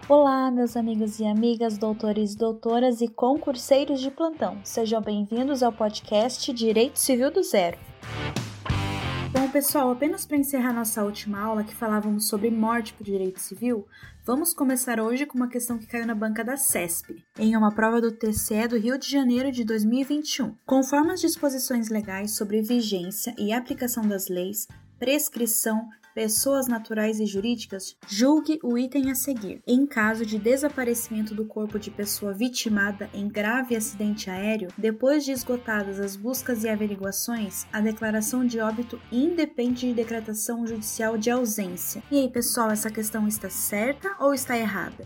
Olá, meus amigos e amigas, doutores e doutoras e concurseiros de plantão. Sejam bem-vindos ao podcast Direito Civil do Zero. Bom, pessoal, apenas para encerrar nossa última aula que falávamos sobre morte por direito civil, vamos começar hoje com uma questão que caiu na banca da CESP, em uma prova do TCE do Rio de Janeiro de 2021. Conforme as disposições legais sobre vigência e aplicação das leis, prescrição, pessoas naturais e jurídicas, julgue o item a seguir. Em caso de desaparecimento do corpo de pessoa vitimada em grave acidente aéreo, depois de esgotadas as buscas e averiguações, a declaração de óbito independe de decretação judicial de ausência. E aí, pessoal, essa questão está certa ou está errada?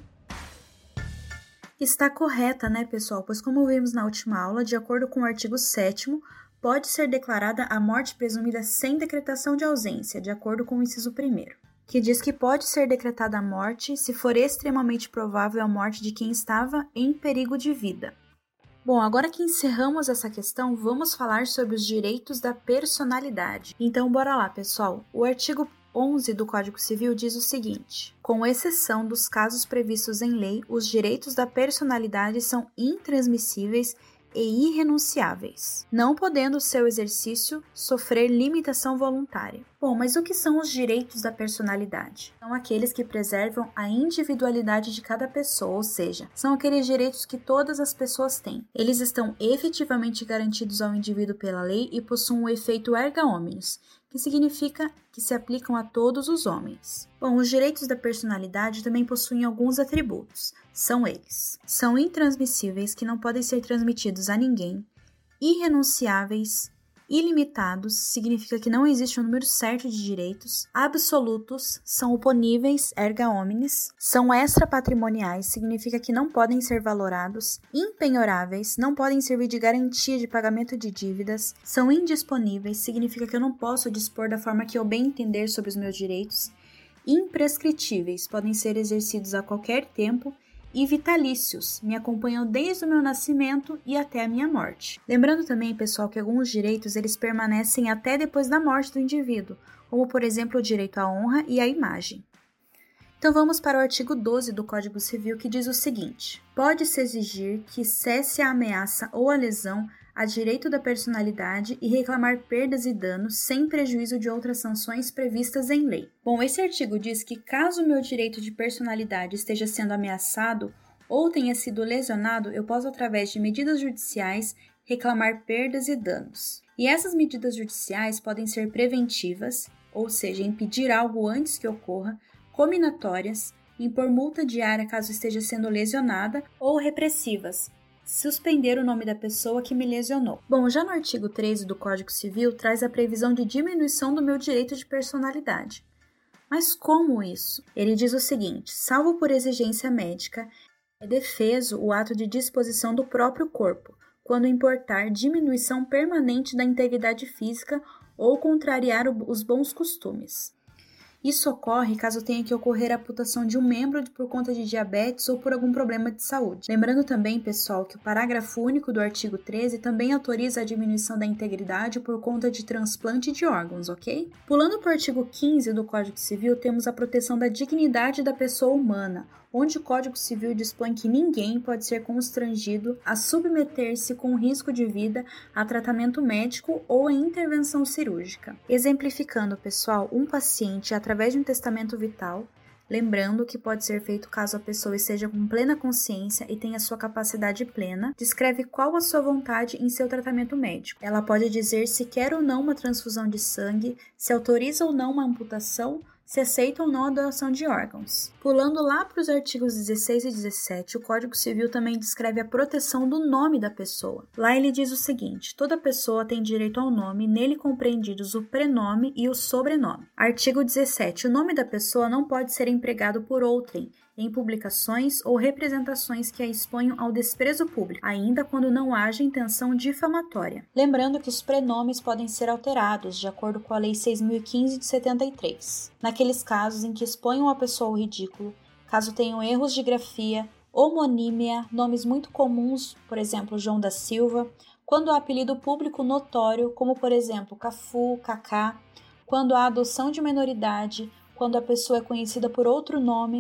Está correta, né, pessoal? Pois como vimos na última aula, de acordo com o artigo 7º, pode ser declarada a morte presumida sem decretação de ausência, de acordo com o inciso 1º, que diz que pode ser decretada a morte se for extremamente provável a morte de quem estava em perigo de vida. Bom, agora que encerramos essa questão, vamos falar sobre os direitos da personalidade. Então, bora lá, pessoal. O artigo 11 do Código Civil diz o seguinte: com exceção dos casos previstos em lei, os direitos da personalidade são intransmissíveis e irrenunciáveis, não podendo seu exercício sofrer limitação voluntária. Bom, mas o que são os direitos da personalidade? São aqueles que preservam a individualidade de cada pessoa, ou seja, são aqueles direitos que todas as pessoas têm. Eles estão efetivamente garantidos ao indivíduo pela lei e possuem o efeito erga omnes, que significa que se aplicam a todos os homens. Bom, os direitos da personalidade também possuem alguns atributos. São eles: são intransmissíveis, que não podem ser transmitidos a ninguém, irrenunciáveis, ilimitados, significa que não existe um número certo de direitos, absolutos, são oponíveis, erga omnes, são extrapatrimoniais, significa que não podem ser valorados, impenhoráveis, não podem servir de garantia de pagamento de dívidas, são indisponíveis, significa que eu não posso dispor da forma que eu bem entender sobre os meus direitos, imprescritíveis, podem ser exercidos a qualquer tempo, e vitalícios, me acompanham desde o meu nascimento e até a minha morte. Lembrando também, pessoal, que alguns direitos eles permanecem até depois da morte do indivíduo, como por exemplo o direito à honra e à imagem. Então vamos para o artigo 12 do Código Civil, que diz o seguinte: pode-se exigir que cesse a ameaça ou a lesão a direito da personalidade e reclamar perdas e danos sem prejuízo de outras sanções previstas em lei. Bom, esse artigo diz que caso o meu direito de personalidade esteja sendo ameaçado ou tenha sido lesionado, eu posso, através de medidas judiciais, reclamar perdas e danos. E essas medidas judiciais podem ser preventivas, ou seja, impedir algo antes que ocorra, cominatórias, impor multa diária caso esteja sendo lesionada, ou repressivas, suspender o nome da pessoa que me lesionou. Bom, já no artigo 13 do Código Civil traz a previsão de diminuição do meu direito de personalidade. Mas como isso? Ele diz o seguinte: salvo por exigência médica, é defeso o ato de disposição do próprio corpo, quando importar diminuição permanente da integridade física ou contrariar os bons costumes. Isso ocorre caso tenha que ocorrer a amputação de um membro por conta de diabetes ou por algum problema de saúde. Lembrando também, pessoal, que o parágrafo único do artigo 13 também autoriza a diminuição da integridade por conta de transplante de órgãos, ok? Pulando para o artigo 15 do Código Civil, temos a proteção da dignidade da pessoa humana, onde o Código Civil dispõe que ninguém pode ser constrangido a submeter-se com risco de vida a tratamento médico ou a intervenção cirúrgica. Exemplificando, pessoal, um paciente, através de um testamento vital, lembrando que pode ser feito caso a pessoa esteja com plena consciência e tenha sua capacidade plena, descreve qual a sua vontade em seu tratamento médico. Ela pode dizer se quer ou não uma transfusão de sangue, se autoriza ou não uma amputação, se aceita ou não a doação de órgãos. Pulando lá para os artigos 16 e 17, o Código Civil também descreve a proteção do nome da pessoa. Lá ele diz o seguinte: toda pessoa tem direito ao nome, nele compreendidos o prenome e o sobrenome. Artigo 17. O nome da pessoa não pode ser empregado por outrem, em publicações ou representações que a exponham ao desprezo público, ainda quando não haja intenção difamatória. Lembrando que os prenomes podem ser alterados, de acordo com a Lei 6.015 de 73, naqueles casos em que exponham a pessoa ao ridículo, caso tenham erros de grafia, homonímia, nomes muito comuns, por exemplo, João da Silva, quando há apelido público notório, como por exemplo Cafu, Cacá, quando há adoção de menoridade, quando a pessoa é conhecida por outro nome,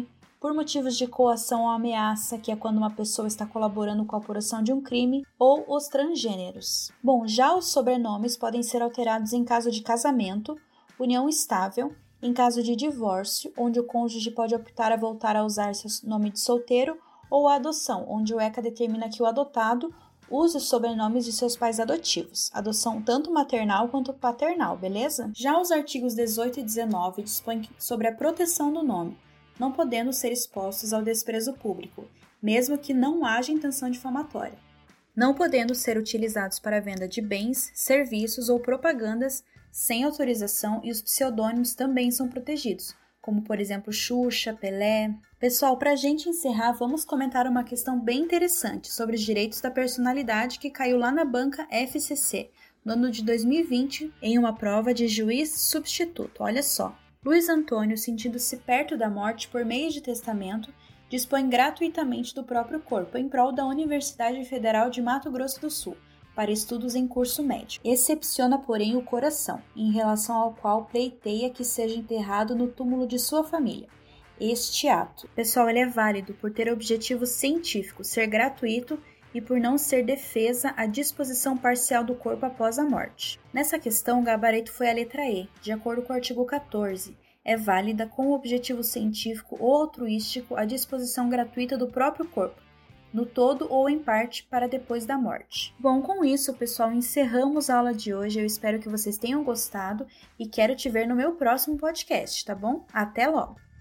por motivos de coação ou ameaça, que é quando uma pessoa está colaborando com a apuração de um crime, ou os transgêneros. Bom, já os sobrenomes podem ser alterados em caso de casamento, união estável, em caso de divórcio, onde o cônjuge pode optar a voltar a usar seu nome de solteiro, ou a adoção, onde o ECA determina que o adotado use os sobrenomes de seus pais adotivos, adoção tanto maternal quanto paternal, beleza? Já os artigos 18 e 19 dispõem sobre a proteção do nome, não podendo ser expostos ao desprezo público, mesmo que não haja intenção difamatória, não podendo ser utilizados para a venda de bens, serviços ou propagandas sem autorização, e os pseudônimos também são protegidos, como por exemplo Xuxa, Pelé. Pessoal, para a gente encerrar, vamos comentar uma questão bem interessante sobre os direitos da personalidade que caiu lá na banca FCC, no ano de 2020, em uma prova de juiz substituto. Olha só. Luiz Antônio, sentindo-se perto da morte por meio de testamento, dispõe gratuitamente do próprio corpo em prol da Universidade Federal de Mato Grosso do Sul, para estudos em curso médio. Excepciona, porém, o coração, em relação ao qual pleiteia que seja enterrado no túmulo de sua família. Este ato, pessoal, ele é válido por ter objetivo científico, ser gratuito e por não ser defesa à disposição parcial do corpo após a morte. Nessa questão, o gabarito foi a letra E, de acordo com o artigo 14. É válida com o objetivo científico ou altruístico a disposição gratuita do próprio corpo, no todo ou em parte, para depois da morte. Bom, com isso, pessoal, encerramos a aula de hoje. Eu espero que vocês tenham gostado e quero te ver no meu próximo podcast, tá bom? Até logo!